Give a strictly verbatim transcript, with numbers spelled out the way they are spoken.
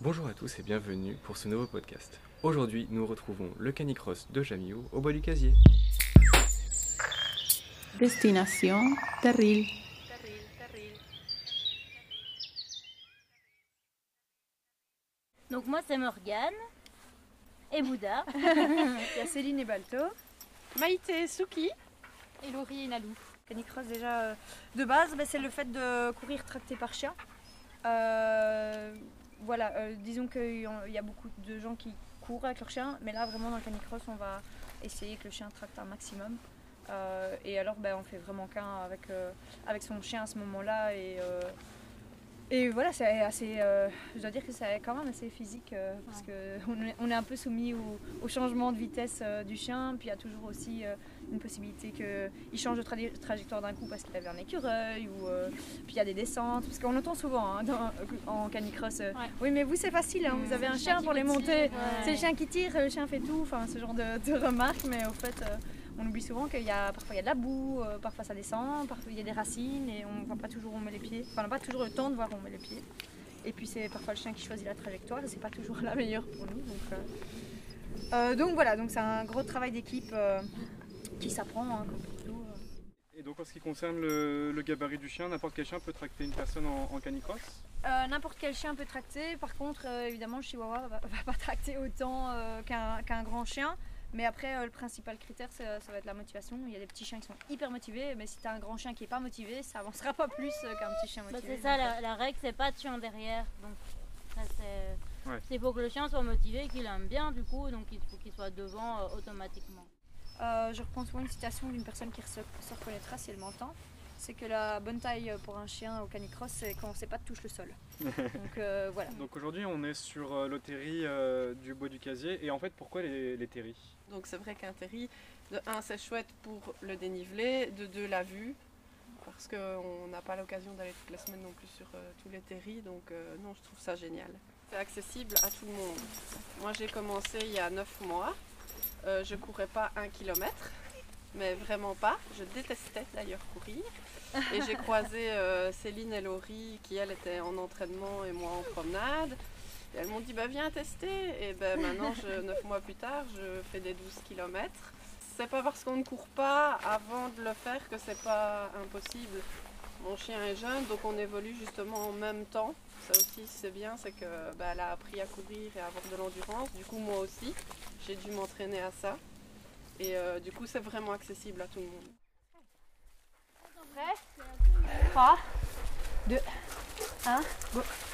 Bonjour à tous et bienvenue pour ce nouveau podcast. Aujourd'hui, nous retrouvons le canicross de Jamiou au bois du Casier. Destination Terril. Donc moi c'est Morgane et Bouddha. Il y a Céline et Balto, Maïté, Souki Et Laurie et Nalou. Canicross déjà euh, de base, bah, c'est le fait de courir tracté par chien. Euh, voilà, euh, disons qu'il y a beaucoup de gens qui courent avec leur chien, mais là vraiment dans le canicross on va essayer que le chien tracte un maximum. Euh, et alors bah, on fait vraiment qu'un avec, euh, avec son chien à ce moment-là et euh, Et voilà, c'est assez, euh, je dois dire que c'est quand même assez physique euh, parce Ouais. qu'on est, on est un peu soumis au, au changement de vitesse euh, du chien. Puis il y a toujours aussi euh, une possibilité qu'il change de tra- trajectoire d'un coup parce qu'il avait un écureuil. Ou, euh, puis il y a des descentes, parce qu'on entend souvent hein, dans, en canicross euh, Ouais. oui mais vous c'est facile, hein, vous avez un chien pour les monter, c'est le chien qui tire, le chien fait tout, enfin ce genre de, de remarques. Mais au fait euh, on oublie souvent qu'il y a parfois il y a de la boue, euh, parfois ça descend, parfois il y a des racines et on ne voit pas toujours où on met les pieds. Enfin on n'a pas toujours le temps de voir où on met les pieds. Et puis c'est parfois le chien qui choisit la trajectoire et c'est pas toujours la meilleure pour nous. Donc, euh... Euh, donc voilà, donc c'est un gros travail d'équipe euh, qui s'apprend hein, comme pour tout. Et donc en ce qui concerne le, le gabarit du chien, n'importe quel chien peut tracter une personne en, en canicross? Euh, N'importe quel chien peut tracter, par contre euh, évidemment le chihuahua va, va pas tracter autant euh, qu'un qu'un grand chien. Mais après, euh, le principal critère, ça, ça va être la motivation. Il y a des petits chiens qui sont hyper motivés, mais si tu as un grand chien qui n'est pas motivé, ça avancera pas plus euh, qu'un petit chien Bah, motivé. c'est ça, la, la règle, c'est pas de chien derrière. Donc ça c'est. Ouais. Il faut que le chien soit motivé, qu'il aime bien du coup, donc il faut qu'il soit devant euh, automatiquement. Euh, je reprends souvent une citation d'une personne qui se, se reconnaîtra si elle m'entend. C'est que la bonne taille pour un chien au canicross, c'est quand on ne sait pas de touche le sol. Donc euh, voilà. Donc aujourd'hui on est sur euh, le terri euh, du bois du Casier. Et en fait pourquoi les, les terris? Donc c'est vrai qu'un terri, de un c'est chouette pour le dénivelé, de deux la vue, parce qu'on n'a pas l'occasion d'aller toutes les semaines non plus sur euh, tous les terris, donc euh, non je trouve ça génial. C'est accessible à tout le monde. Moi j'ai commencé il y a neuf mois, euh, je courais pas un kilomètre, mais vraiment pas, je détestais d'ailleurs courir. Et j'ai croisé euh, Céline et Laurie qui elles étaient en entraînement et moi en promenade. Et elles m'ont dit bah viens tester et ben maintenant je, neuf mois plus tard je fais des douze kilomètres. C'est pas parce qu'on ne court pas avant de le faire que c'est pas impossible. Mon chien est jeune donc on évolue justement en même temps. Ça aussi c'est bien, c'est que bah, elle a appris à courir et à avoir de l'endurance. Du coup moi aussi j'ai dû m'entraîner à ça. Et euh, du coup c'est vraiment accessible à tout le monde. Prêt ? trois, deux, un, go.